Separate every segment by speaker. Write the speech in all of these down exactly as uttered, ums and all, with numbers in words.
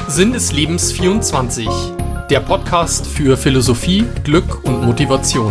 Speaker 1: Sinn des Lebens vierundzwanzig, der Podcast für Philosophie, Glück und Motivation.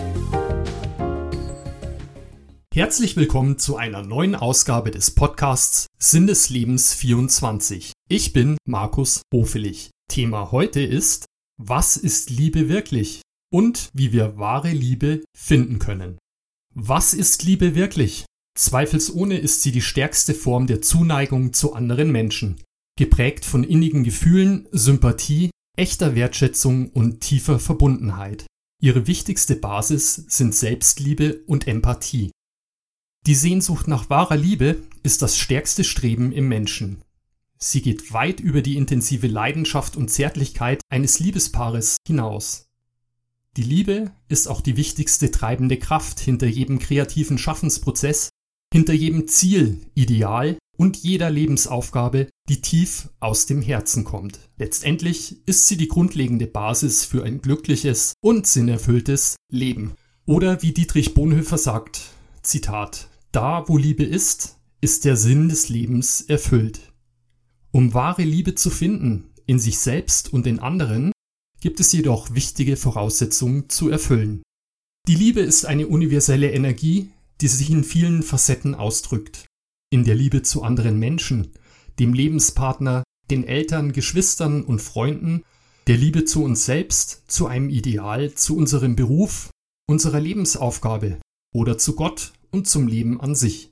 Speaker 1: Herzlich willkommen zu einer neuen Ausgabe des Podcasts Sinn des Lebens vierundzwanzig. Ich bin Markus Hofelich. Thema heute ist: Was ist Liebe wirklich? Und wie wir wahre Liebe finden können. Was ist Liebe wirklich? Zweifelsohne ist sie die stärkste Form der Zuneigung zu anderen Menschen, geprägt von innigen Gefühlen, Sympathie, echter Wertschätzung und tiefer Verbundenheit. Ihre wichtigste Basis sind Selbstliebe und Empathie. Die Sehnsucht nach wahrer Liebe ist das stärkste Streben im Menschen. Sie geht weit über die intensive Leidenschaft und Zärtlichkeit eines Liebespaares hinaus. Die Liebe ist auch die wichtigste treibende Kraft hinter jedem kreativen Schaffensprozess, hinter jedem Ziel, Ideal und jeder Lebensaufgabe, die tief aus dem Herzen kommt. Letztendlich ist sie die grundlegende Basis für ein glückliches und sinnerfülltes Leben. Oder wie Dietrich Bonhoeffer sagt, Zitat: Da, wo Liebe ist, ist der Sinn des Lebens erfüllt. Um wahre Liebe zu finden, in sich selbst und in anderen, gibt es jedoch wichtige Voraussetzungen zu erfüllen. Die Liebe ist eine universelle Energie, die sich in vielen Facetten ausdrückt. In der Liebe zu anderen Menschen, dem Lebenspartner, den Eltern, Geschwistern und Freunden, der Liebe zu uns selbst, zu einem Ideal, zu unserem Beruf, unserer Lebensaufgabe oder zu Gott und zum Leben an sich.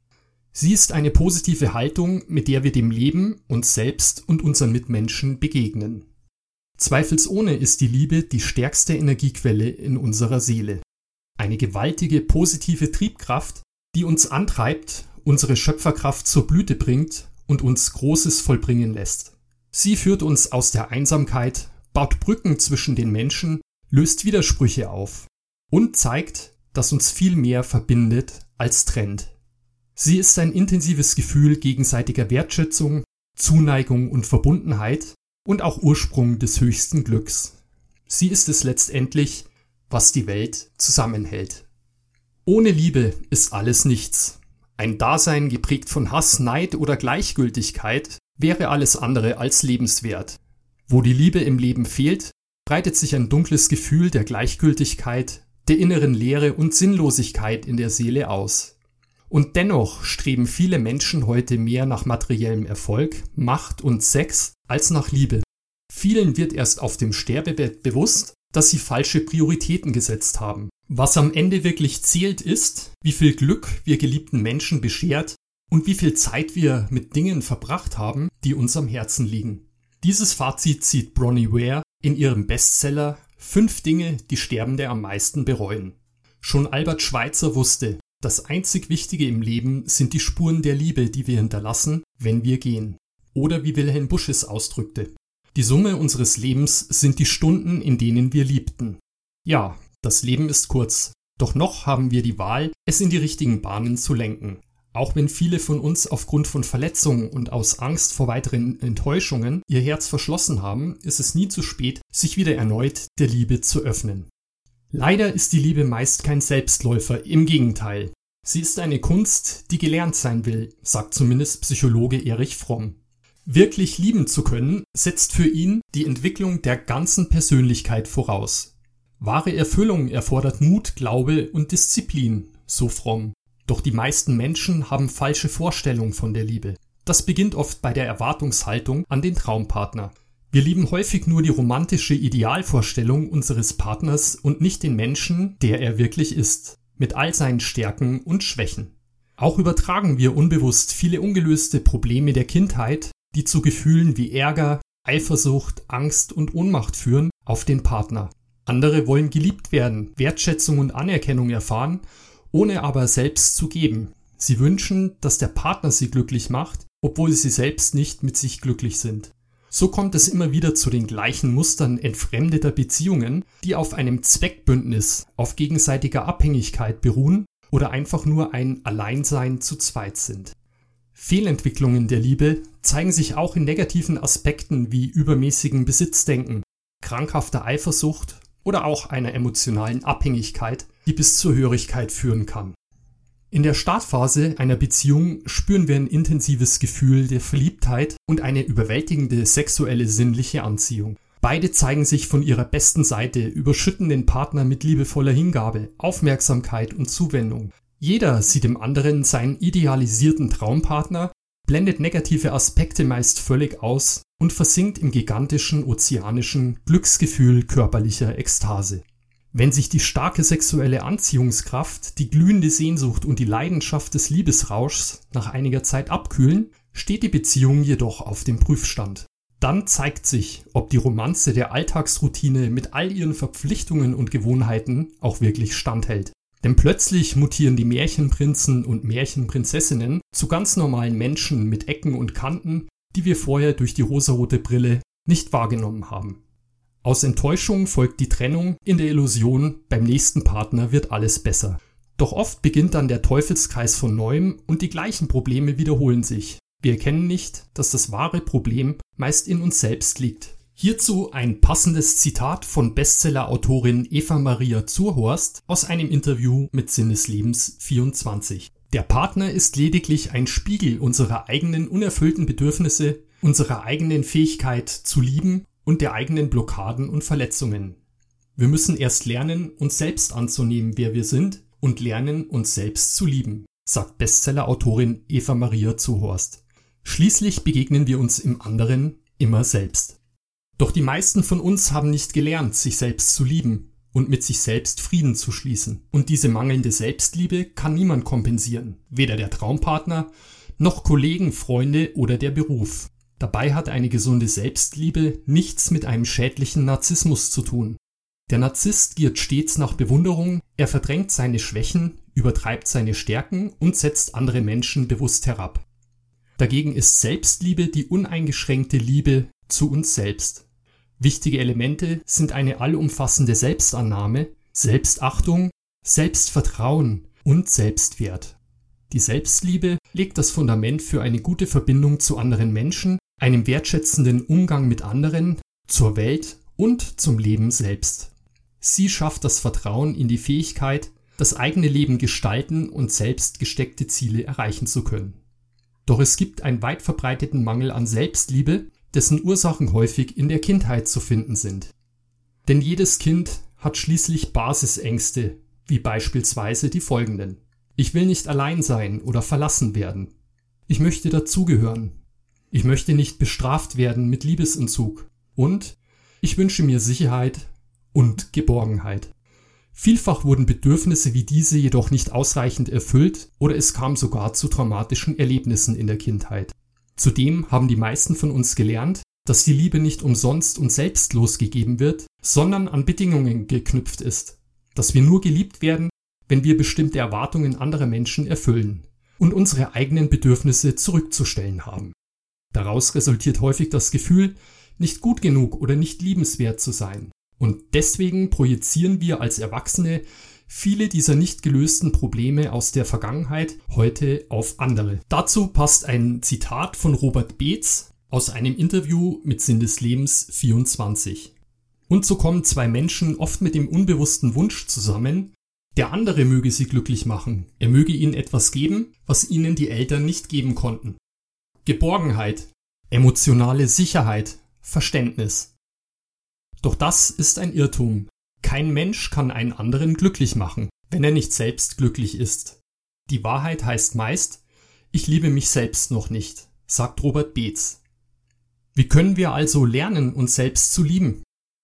Speaker 1: Sie ist eine positive Haltung, mit der wir dem Leben, uns selbst und unseren Mitmenschen begegnen. Zweifelsohne ist die Liebe die stärkste Energiequelle in unserer Seele. Eine gewaltige positive Triebkraft, die uns antreibt, unsere Schöpferkraft zur Blüte bringt und uns Großes vollbringen lässt. Sie führt uns aus der Einsamkeit, baut Brücken zwischen den Menschen, löst Widersprüche auf und zeigt, dass uns viel mehr verbindet als trennt. Sie ist ein intensives Gefühl gegenseitiger Wertschätzung, Zuneigung und Verbundenheit und auch Ursprung des höchsten Glücks. Sie ist es letztendlich, was die Welt zusammenhält. Ohne Liebe ist alles nichts. Ein Dasein geprägt von Hass, Neid oder Gleichgültigkeit wäre alles andere als lebenswert. Wo die Liebe im Leben fehlt, breitet sich ein dunkles Gefühl der Gleichgültigkeit, der inneren Leere und Sinnlosigkeit in der Seele aus. Und dennoch streben viele Menschen heute mehr nach materiellem Erfolg, Macht und Sex als nach Liebe. Vielen wird erst auf dem Sterbebett bewusst, dass sie falsche Prioritäten gesetzt haben. Was am Ende wirklich zählt ist, wie viel Glück wir geliebten Menschen beschert und wie viel Zeit wir mit Dingen verbracht haben, die uns am Herzen liegen. Dieses Fazit zieht Bronnie Ware in ihrem Bestseller Fünf Dinge, die Sterbende am meisten bereuen. Schon Albert Schweitzer wusste, das einzig Wichtige im Leben sind die Spuren der Liebe, die wir hinterlassen, wenn wir gehen. Oder wie Wilhelm Busch es ausdrückte: Die Summe unseres Lebens sind die Stunden, in denen wir liebten. Ja, das Leben ist kurz, doch noch haben wir die Wahl, es in die richtigen Bahnen zu lenken. Auch wenn viele von uns aufgrund von Verletzungen und aus Angst vor weiteren Enttäuschungen ihr Herz verschlossen haben, ist es nie zu spät, sich wieder erneut der Liebe zu öffnen. Leider ist die Liebe meist kein Selbstläufer, im Gegenteil. Sie ist eine Kunst, die gelernt sein will, sagt zumindest Psychologe Erich Fromm. Wirklich lieben zu können, setzt für ihn die Entwicklung der ganzen Persönlichkeit voraus. Wahre Erfüllung erfordert Mut, Glaube und Disziplin, so Fromm. Doch die meisten Menschen haben falsche Vorstellungen von der Liebe. Das beginnt oft bei der Erwartungshaltung an den Traumpartner. Wir lieben häufig nur die romantische Idealvorstellung unseres Partners und nicht den Menschen, der er wirklich ist, mit all seinen Stärken und Schwächen. Auch übertragen wir unbewusst viele ungelöste Probleme der Kindheit, die zu Gefühlen wie Ärger, Eifersucht, Angst und Ohnmacht führen, auf den Partner. Andere wollen geliebt werden, Wertschätzung und Anerkennung erfahren, ohne aber selbst zu geben. Sie wünschen, dass der Partner sie glücklich macht, obwohl sie selbst nicht mit sich glücklich sind. So kommt es immer wieder zu den gleichen Mustern entfremdeter Beziehungen, die auf einem Zweckbündnis, auf gegenseitiger Abhängigkeit beruhen oder einfach nur ein Alleinsein zu zweit sind. Fehlentwicklungen der Liebe zeigen sich auch in negativen Aspekten wie übermäßigem Besitzdenken, krankhafter Eifersucht oder auch einer emotionalen Abhängigkeit, die bis zur Hörigkeit führen kann. In der Startphase einer Beziehung spüren wir ein intensives Gefühl der Verliebtheit und eine überwältigende sexuelle sinnliche Anziehung. Beide zeigen sich von ihrer besten Seite, überschütten den Partner mit liebevoller Hingabe, Aufmerksamkeit und Zuwendung. Jeder sieht im anderen seinen idealisierten Traumpartner, blendet negative Aspekte meist völlig aus und versinkt im gigantischen ozeanischen Glücksgefühl körperlicher Ekstase. Wenn sich die starke sexuelle Anziehungskraft, die glühende Sehnsucht und die Leidenschaft des Liebesrauschs nach einiger Zeit abkühlen, steht die Beziehung jedoch auf dem Prüfstand. Dann zeigt sich, ob die Romanze der Alltagsroutine mit all ihren Verpflichtungen und Gewohnheiten auch wirklich standhält. Denn plötzlich mutieren die Märchenprinzen und Märchenprinzessinnen zu ganz normalen Menschen mit Ecken und Kanten, die wir vorher durch die rosarote Brille nicht wahrgenommen haben. Aus Enttäuschung folgt die Trennung, in der Illusion, beim nächsten Partner wird alles besser. Doch oft beginnt dann der Teufelskreis von Neuem und die gleichen Probleme wiederholen sich. Wir erkennen nicht, dass das wahre Problem meist in uns selbst liegt. Hierzu ein passendes Zitat von Bestseller-Autorin Eva Maria Zurhorst aus einem Interview mit Sinneslebens vierundzwanzig. Der Partner ist lediglich ein Spiegel unserer eigenen unerfüllten Bedürfnisse, unserer eigenen Fähigkeit zu lieben und der eigenen Blockaden und Verletzungen. Wir müssen erst lernen, uns selbst anzunehmen, wer wir sind, und lernen, uns selbst zu lieben, sagt Bestseller-Autorin Eva Maria Zurhorst. Schließlich begegnen wir uns im anderen immer selbst. Doch die meisten von uns haben nicht gelernt, sich selbst zu lieben und mit sich selbst Frieden zu schließen. Und diese mangelnde Selbstliebe kann niemand kompensieren, weder der Traumpartner, noch Kollegen, Freunde oder der Beruf. Dabei hat eine gesunde Selbstliebe nichts mit einem schädlichen Narzissmus zu tun. Der Narzisst giert stets nach Bewunderung, er verdrängt seine Schwächen, übertreibt seine Stärken und setzt andere Menschen bewusst herab. Dagegen ist Selbstliebe die uneingeschränkte Liebe zu uns selbst. Wichtige Elemente sind eine allumfassende Selbstannahme, Selbstachtung, Selbstvertrauen und Selbstwert. Die Selbstliebe legt das Fundament für eine gute Verbindung zu anderen Menschen, einem wertschätzenden Umgang mit anderen, zur Welt und zum Leben selbst. Sie schafft das Vertrauen in die Fähigkeit, das eigene Leben gestalten und selbst gesteckte Ziele erreichen zu können. Doch es gibt einen weit verbreiteten Mangel an Selbstliebe, dessen Ursachen häufig in der Kindheit zu finden sind. Denn jedes Kind hat schließlich Basisängste, wie beispielsweise die folgenden. Ich will nicht allein sein oder verlassen werden. Ich möchte dazugehören. Ich möchte nicht bestraft werden mit Liebesentzug. Und ich wünsche mir Sicherheit und Geborgenheit. Vielfach wurden Bedürfnisse wie diese jedoch nicht ausreichend erfüllt oder es kam sogar zu traumatischen Erlebnissen in der Kindheit. Zudem haben die meisten von uns gelernt, dass die Liebe nicht umsonst und selbstlos gegeben wird, sondern an Bedingungen geknüpft ist. Dass wir nur geliebt werden, wenn wir bestimmte Erwartungen anderer Menschen erfüllen und unsere eigenen Bedürfnisse zurückzustellen haben. Daraus resultiert häufig das Gefühl, nicht gut genug oder nicht liebenswert zu sein. Und deswegen projizieren wir als Erwachsene viele dieser nicht gelösten Probleme aus der Vergangenheit heute auf andere. Dazu passt ein Zitat von Robert Beetz aus einem Interview mit Sinneslebens vierundzwanzig. Und so kommen zwei Menschen oft mit dem unbewussten Wunsch zusammen, der andere möge sie glücklich machen, er möge ihnen etwas geben, was ihnen die Eltern nicht geben konnten. Geborgenheit, emotionale Sicherheit, Verständnis. Doch das ist ein Irrtum. Kein Mensch kann einen anderen glücklich machen, wenn er nicht selbst glücklich ist. Die Wahrheit heißt meist, ich liebe mich selbst noch nicht, sagt Robert Beetz. Wie können wir also lernen, uns selbst zu lieben?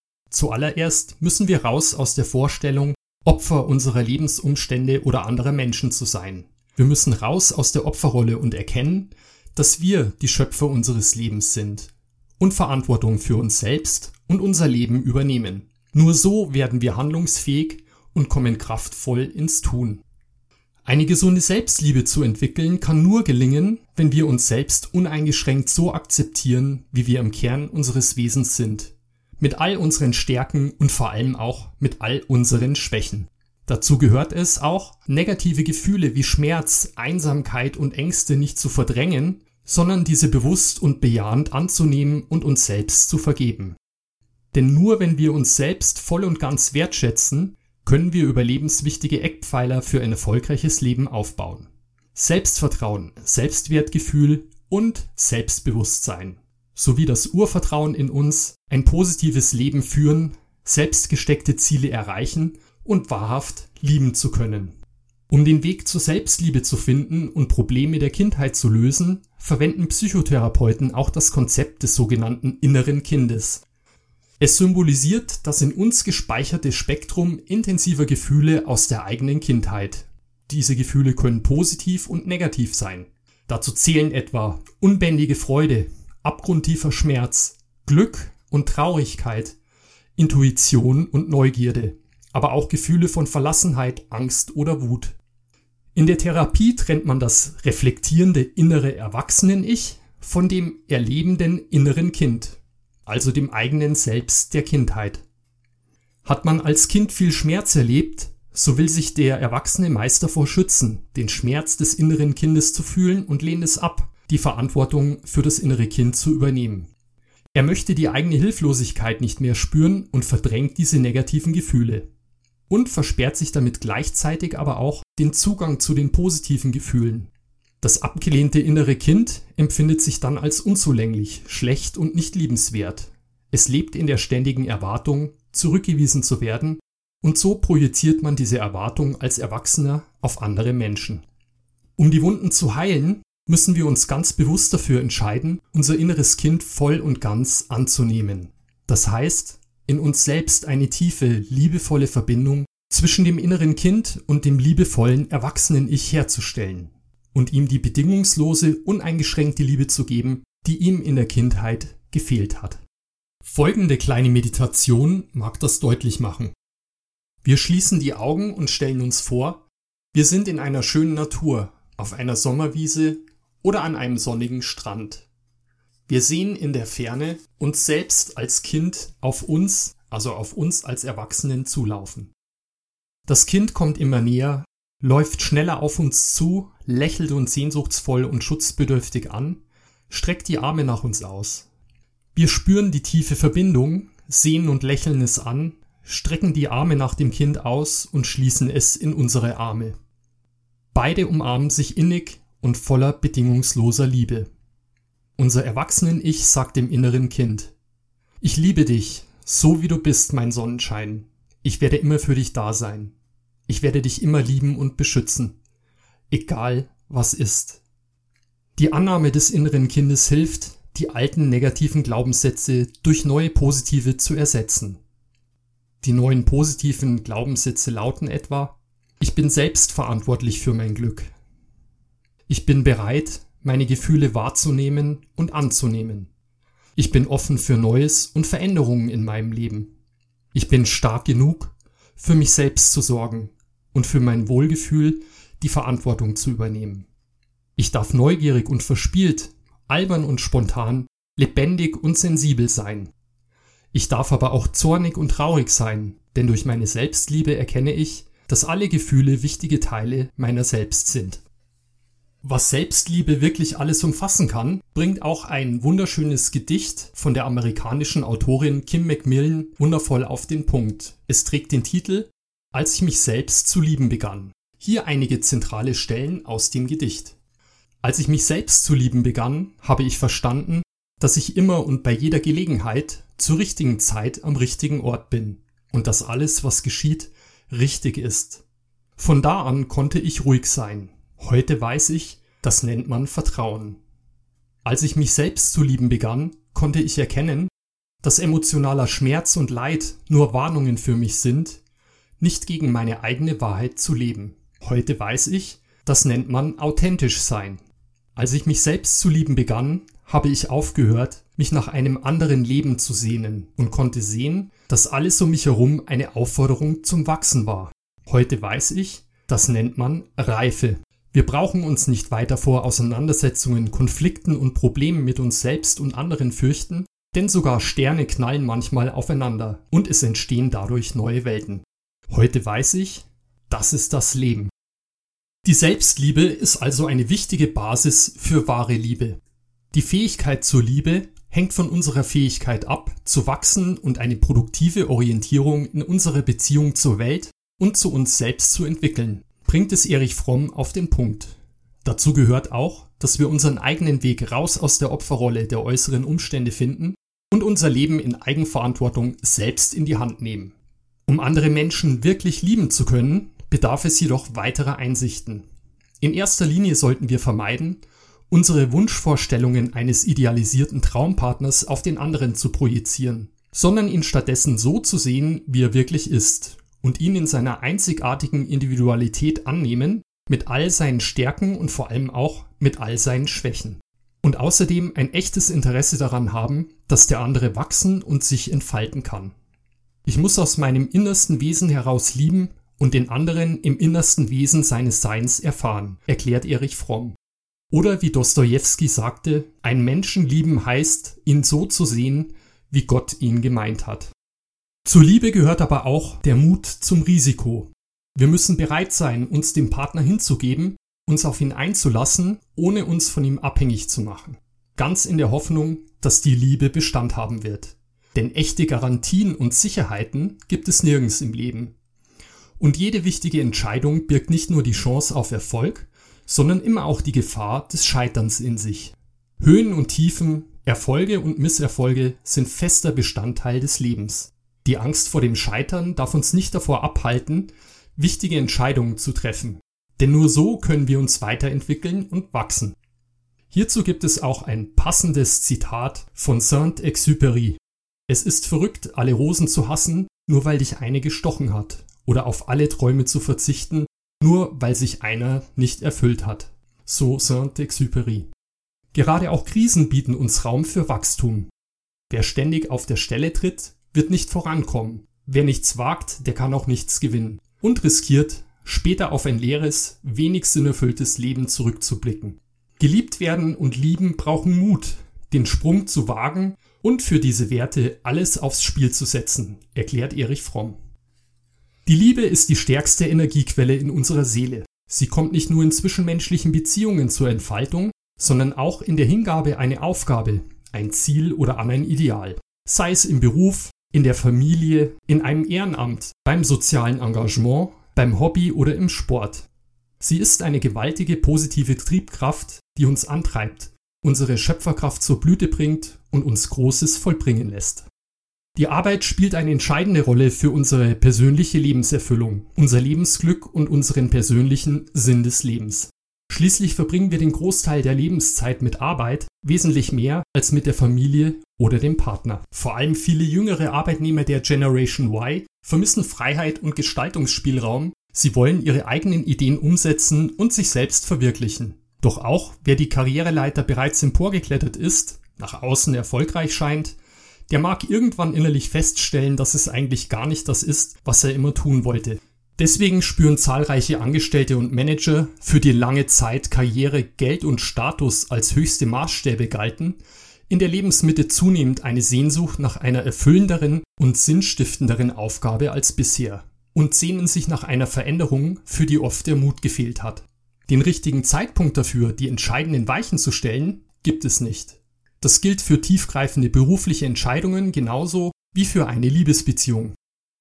Speaker 1: Zuallererst müssen wir raus aus der Vorstellung, Opfer unserer Lebensumstände oder anderer Menschen zu sein. Wir müssen raus aus der Opferrolle und erkennen, dass wir die Schöpfer unseres Lebens sind und Verantwortung für uns selbst und unser Leben übernehmen. Nur so werden wir handlungsfähig und kommen kraftvoll ins Tun. Eine gesunde Selbstliebe zu entwickeln kann nur gelingen, wenn wir uns selbst uneingeschränkt so akzeptieren, wie wir im Kern unseres Wesens sind. Mit all unseren Stärken und vor allem auch mit all unseren Schwächen. Dazu gehört es auch, negative Gefühle wie Schmerz, Einsamkeit und Ängste nicht zu verdrängen, sondern diese bewusst und bejahend anzunehmen und uns selbst zu vergeben. Denn nur wenn wir uns selbst voll und ganz wertschätzen, können wir überlebenswichtige Eckpfeiler für ein erfolgreiches Leben aufbauen. Selbstvertrauen, Selbstwertgefühl und Selbstbewusstsein sowie das Urvertrauen in uns, ein positives Leben führen, selbstgesteckte Ziele erreichen und wahrhaft lieben zu können. Um den Weg zur Selbstliebe zu finden und Probleme der Kindheit zu lösen, verwenden Psychotherapeuten auch das Konzept des sogenannten inneren Kindes. Es symbolisiert das in uns gespeicherte Spektrum intensiver Gefühle aus der eigenen Kindheit. Diese Gefühle können positiv und negativ sein. Dazu zählen etwa unbändige Freude, abgrundtiefer Schmerz, Glück und Traurigkeit, Intuition und Neugierde, aber auch Gefühle von Verlassenheit, Angst oder Wut. In der Therapie trennt man das reflektierende innere Erwachsenen-Ich von dem erlebenden inneren Kind, also dem eigenen Selbst der Kindheit. Hat man als Kind viel Schmerz erlebt, so will sich der Erwachsene meist davor schützen, den Schmerz des inneren Kindes zu fühlen und lehnt es ab, die Verantwortung für das innere Kind zu übernehmen. Er möchte die eigene Hilflosigkeit nicht mehr spüren und verdrängt diese negativen Gefühle. Und versperrt sich damit gleichzeitig aber auch den Zugang zu den positiven Gefühlen. Das abgelehnte innere Kind empfindet sich dann als unzulänglich, schlecht und nicht liebenswert. Es lebt in der ständigen Erwartung, zurückgewiesen zu werden, und so projiziert man diese Erwartung als Erwachsener auf andere Menschen. Um die Wunden zu heilen, müssen wir uns ganz bewusst dafür entscheiden, unser inneres Kind voll und ganz anzunehmen. Das heißt, in uns selbst eine tiefe, liebevolle Verbindung zwischen dem inneren Kind und dem liebevollen, erwachsenen Ich herzustellen und ihm die bedingungslose, uneingeschränkte Liebe zu geben, die ihm in der Kindheit gefehlt hat. Folgende kleine Meditation mag das deutlich machen. Wir schließen die Augen und stellen uns vor, wir sind in einer schönen Natur, auf einer Sommerwiese oder an einem sonnigen Strand. Wir sehen in der Ferne uns selbst als Kind auf uns, also auf uns als Erwachsenen zulaufen. Das Kind kommt immer näher, läuft schneller auf uns zu, lächelt uns sehnsuchtsvoll und schutzbedürftig an, streckt die Arme nach uns aus. Wir spüren die tiefe Verbindung, sehen und lächeln es an, strecken die Arme nach dem Kind aus und schließen es in unsere Arme. Beide umarmen sich innig und voller bedingungsloser Liebe. Unser Erwachsenen-Ich sagt dem inneren Kind: Ich liebe dich, so wie du bist, mein Sonnenschein. Ich werde immer für dich da sein. Ich werde dich immer lieben und beschützen, egal was ist. Die Annahme des inneren Kindes hilft, die alten negativen Glaubenssätze durch neue positive zu ersetzen. Die neuen positiven Glaubenssätze lauten etwa: Ich bin selbst verantwortlich für mein Glück. Ich bin bereit, meine Gefühle wahrzunehmen und anzunehmen. Ich bin offen für Neues und Veränderungen in meinem Leben. Ich bin stark genug, für mich selbst zu sorgen und für mein Wohlgefühl die Verantwortung zu übernehmen. Ich darf neugierig und verspielt, albern und spontan, lebendig und sensibel sein. Ich darf aber auch zornig und traurig sein, denn durch meine Selbstliebe erkenne ich, dass alle Gefühle wichtige Teile meiner selbst sind. Was Selbstliebe wirklich alles umfassen kann, bringt auch ein wunderschönes Gedicht von der amerikanischen Autorin Kim Macmillan wundervoll auf den Punkt. Es trägt den Titel »Als ich mich selbst zu lieben begann«. Hier einige zentrale Stellen aus dem Gedicht. Als ich mich selbst zu lieben begann, habe ich verstanden, dass ich immer und bei jeder Gelegenheit zur richtigen Zeit am richtigen Ort bin und dass alles, was geschieht, richtig ist. Von da an konnte ich ruhig sein. Heute weiß ich, das nennt man Vertrauen. Als ich mich selbst zu lieben begann, konnte ich erkennen, dass emotionaler Schmerz und Leid nur Warnungen für mich sind, nicht gegen meine eigene Wahrheit zu leben. Heute weiß ich, das nennt man authentisch sein. Als ich mich selbst zu lieben begann, habe ich aufgehört, mich nach einem anderen Leben zu sehnen und konnte sehen, dass alles um mich herum eine Aufforderung zum Wachsen war. Heute weiß ich, das nennt man Reife. Wir brauchen uns nicht weiter vor Auseinandersetzungen, Konflikten und Problemen mit uns selbst und anderen fürchten, denn sogar Sterne knallen manchmal aufeinander und es entstehen dadurch neue Welten. Heute weiß ich, das ist das Leben. Die Selbstliebe ist also eine wichtige Basis für wahre Liebe. Die Fähigkeit zur Liebe hängt von unserer Fähigkeit ab, zu wachsen und eine produktive Orientierung in unserer Beziehung zur Welt und zu uns selbst zu entwickeln, bringt es Erich Fromm auf den Punkt. Dazu gehört auch, dass wir unseren eigenen Weg raus aus der Opferrolle der äußeren Umstände finden und unser Leben in Eigenverantwortung selbst in die Hand nehmen. Um andere Menschen wirklich lieben zu können, bedarf es jedoch weiterer Einsichten. In erster Linie sollten wir vermeiden, unsere Wunschvorstellungen eines idealisierten Traumpartners auf den anderen zu projizieren, sondern ihn stattdessen so zu sehen, wie er wirklich ist und ihn in seiner einzigartigen Individualität annehmen, mit all seinen Stärken und vor allem auch mit all seinen Schwächen. Und außerdem ein echtes Interesse daran haben, dass der andere wachsen und sich entfalten kann. Ich muss aus meinem innersten Wesen heraus lieben und den anderen im innersten Wesen seines Seins erfahren, erklärt Erich Fromm. Oder wie Dostojewski sagte, einen Menschen lieben heißt, ihn so zu sehen, wie Gott ihn gemeint hat. Zur Liebe gehört aber auch der Mut zum Risiko. Wir müssen bereit sein, uns dem Partner hinzugeben, uns auf ihn einzulassen, ohne uns von ihm abhängig zu machen. Ganz in der Hoffnung, dass die Liebe Bestand haben wird. Denn echte Garantien und Sicherheiten gibt es nirgends im Leben. Und jede wichtige Entscheidung birgt nicht nur die Chance auf Erfolg, sondern immer auch die Gefahr des Scheiterns in sich. Höhen und Tiefen, Erfolge und Misserfolge sind fester Bestandteil des Lebens. Die Angst vor dem Scheitern darf uns nicht davor abhalten, wichtige Entscheidungen zu treffen. Denn nur so können wir uns weiterentwickeln und wachsen. Hierzu gibt es auch ein passendes Zitat von Saint-Exupéry. Es ist verrückt, alle Rosen zu hassen, nur weil dich eine gestochen hat. Oder auf alle Träume zu verzichten, nur weil sich einer nicht erfüllt hat. So Saint-Exupéry. Gerade auch Krisen bieten uns Raum für Wachstum. Wer ständig auf der Stelle tritt, wird nicht vorankommen. Wer nichts wagt, der kann auch nichts gewinnen. Und riskiert, später auf ein leeres, wenig sinnerfülltes Leben zurückzublicken. Geliebt werden und lieben brauchen Mut, den Sprung zu wagen und für diese Werte alles aufs Spiel zu setzen, erklärt Erich Fromm. Die Liebe ist die stärkste Energiequelle in unserer Seele. Sie kommt nicht nur in zwischenmenschlichen Beziehungen zur Entfaltung, sondern auch in der Hingabe an eine Aufgabe, ein Ziel oder an ein Ideal. Sei es im Beruf, in der Familie, in einem Ehrenamt, beim sozialen Engagement, beim Hobby oder im Sport. Sie ist eine gewaltige positive Triebkraft, die uns antreibt, unsere Schöpferkraft zur Blüte bringt und uns Großes vollbringen lässt. Die Arbeit spielt eine entscheidende Rolle für unsere persönliche Lebenserfüllung, unser Lebensglück und unseren persönlichen Sinn des Lebens. Schließlich verbringen wir den Großteil der Lebenszeit mit Arbeit, wesentlich mehr als mit der Familie oder dem Partner. Vor allem viele jüngere Arbeitnehmer der Generation Y vermissen Freiheit und Gestaltungsspielraum. Sie wollen ihre eigenen Ideen umsetzen und sich selbst verwirklichen. Doch auch wer die Karriereleiter bereits emporgeklettert ist, nach außen erfolgreich scheint, der mag irgendwann innerlich feststellen, dass es eigentlich gar nicht das ist, was er immer tun wollte. Deswegen spüren zahlreiche Angestellte und Manager, für die lange Zeit Karriere, Geld und Status als höchste Maßstäbe galten, in der Lebensmitte zunehmend eine Sehnsucht nach einer erfüllenderen und sinnstiftenderen Aufgabe als bisher und sehnen sich nach einer Veränderung, für die oft der Mut gefehlt hat. Den richtigen Zeitpunkt dafür, die entscheidenden Weichen zu stellen, gibt es nicht. Das gilt für tiefgreifende berufliche Entscheidungen genauso wie für eine Liebesbeziehung.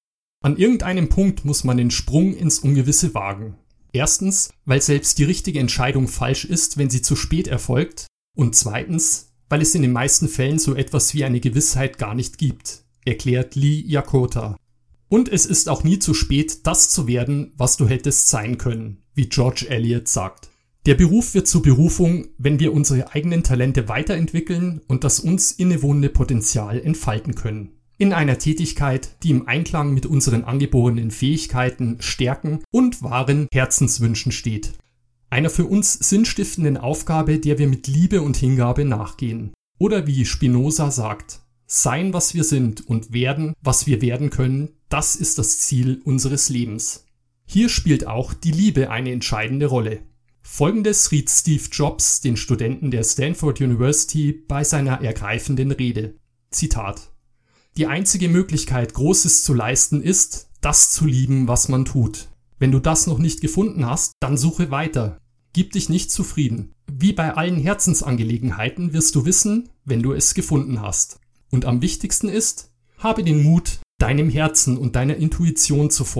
Speaker 1: An irgendeinem Punkt muss man den Sprung ins Ungewisse wagen. Erstens, weil selbst die richtige Entscheidung falsch ist, wenn sie zu spät erfolgt. Und zweitens, weil es in den meisten Fällen so etwas wie eine Gewissheit gar nicht gibt, erklärt Lee Iacocca. Und es ist auch nie zu spät, das zu werden, was du hättest sein können, wie George Eliot sagt. Der Beruf wird zur Berufung, wenn wir unsere eigenen Talente weiterentwickeln und das uns innewohnende Potenzial entfalten können. In einer Tätigkeit, die im Einklang mit unseren angeborenen Fähigkeiten, Stärken und wahren Herzenswünschen steht. Einer für uns sinnstiftenden Aufgabe, der wir mit Liebe und Hingabe nachgehen. Oder wie Spinoza sagt, sein, was wir sind und werden, was wir werden können, das ist das Ziel unseres Lebens. Hier spielt auch die Liebe eine entscheidende Rolle. Folgendes riet Steve Jobs den Studenten der Stanford University bei seiner ergreifenden Rede. Zitat: Die einzige Möglichkeit, Großes zu leisten, ist, das zu lieben, was man tut. Wenn du das noch nicht gefunden hast, dann suche weiter. Gib dich nicht zufrieden. Wie bei allen Herzensangelegenheiten wirst du wissen, wenn du es gefunden hast. Und am wichtigsten ist, habe den Mut, deinem Herzen und deiner Intuition zu folgen.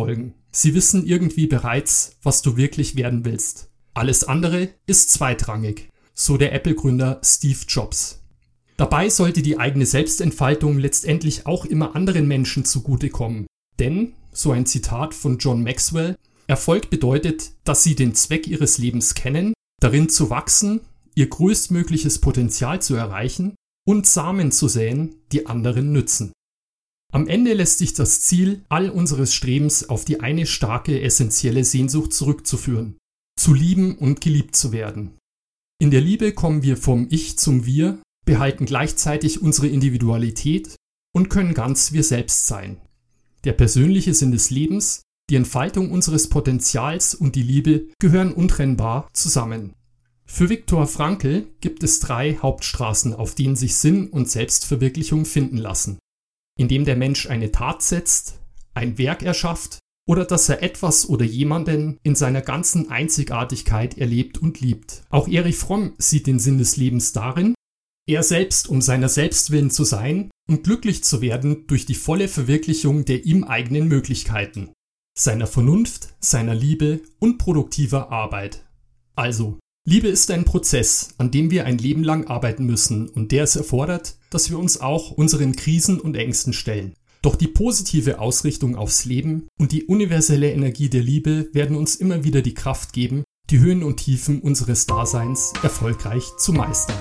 Speaker 1: Sie wissen irgendwie bereits, was du wirklich werden willst. Alles andere ist zweitrangig, so der Apple-Gründer Steve Jobs. Dabei sollte die eigene Selbstentfaltung letztendlich auch immer anderen Menschen zugutekommen. Denn, so ein Zitat von John Maxwell, Erfolg bedeutet, dass sie den Zweck ihres Lebens kennen, darin zu wachsen, ihr größtmögliches Potenzial zu erreichen und Samen zu säen, die anderen nützen. Am Ende lässt sich das Ziel all unseres Strebens auf die eine starke, essentielle Sehnsucht zurückzuführen: zu lieben und geliebt zu werden. In der Liebe kommen wir vom Ich zum Wir, behalten gleichzeitig unsere Individualität und können ganz wir selbst sein. Der persönliche Sinn des Lebens, die Entfaltung unseres Potenzials und die Liebe gehören untrennbar zusammen. Für Viktor Frankl gibt es drei Hauptstraßen, auf denen sich Sinn und Selbstverwirklichung finden lassen: indem der Mensch eine Tat setzt, ein Werk erschafft oder dass er etwas oder jemanden in seiner ganzen Einzigartigkeit erlebt und liebt. Auch Erich Fromm sieht den Sinn des Lebens darin, er selbst um seiner selbst willen zu sein und glücklich zu werden durch die volle Verwirklichung der ihm eigenen Möglichkeiten, seiner Vernunft, seiner Liebe und produktiver Arbeit. Also, Liebe ist ein Prozess, an dem wir ein Leben lang arbeiten müssen und der es erfordert, dass wir uns auch unseren Krisen und Ängsten stellen. Doch die positive Ausrichtung aufs Leben und die universelle Energie der Liebe werden uns immer wieder die Kraft geben, die Höhen und Tiefen unseres Daseins erfolgreich zu meistern.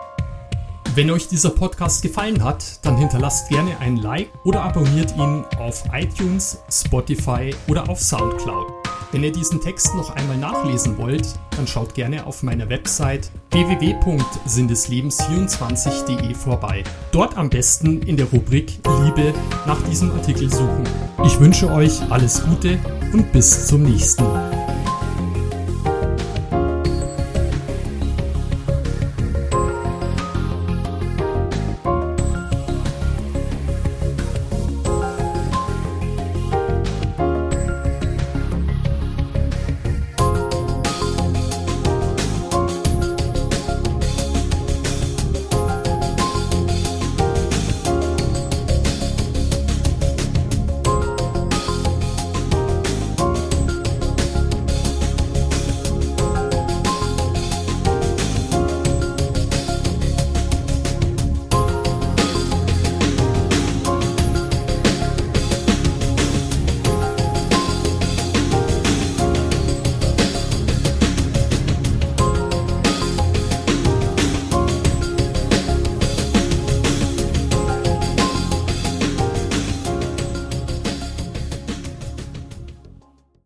Speaker 1: Wenn euch dieser Podcast gefallen hat, dann hinterlasst gerne ein Like oder abonniert ihn auf iTunes, Spotify oder auf Soundcloud. Wenn ihr diesen Text noch einmal nachlesen wollt, dann schaut gerne auf meiner Website w w w punkt sindeslebens vierundzwanzig punkt de vorbei. Dort am besten in der Rubrik Liebe nach diesem Artikel suchen. Ich wünsche euch alles Gute und bis zum nächsten Mal.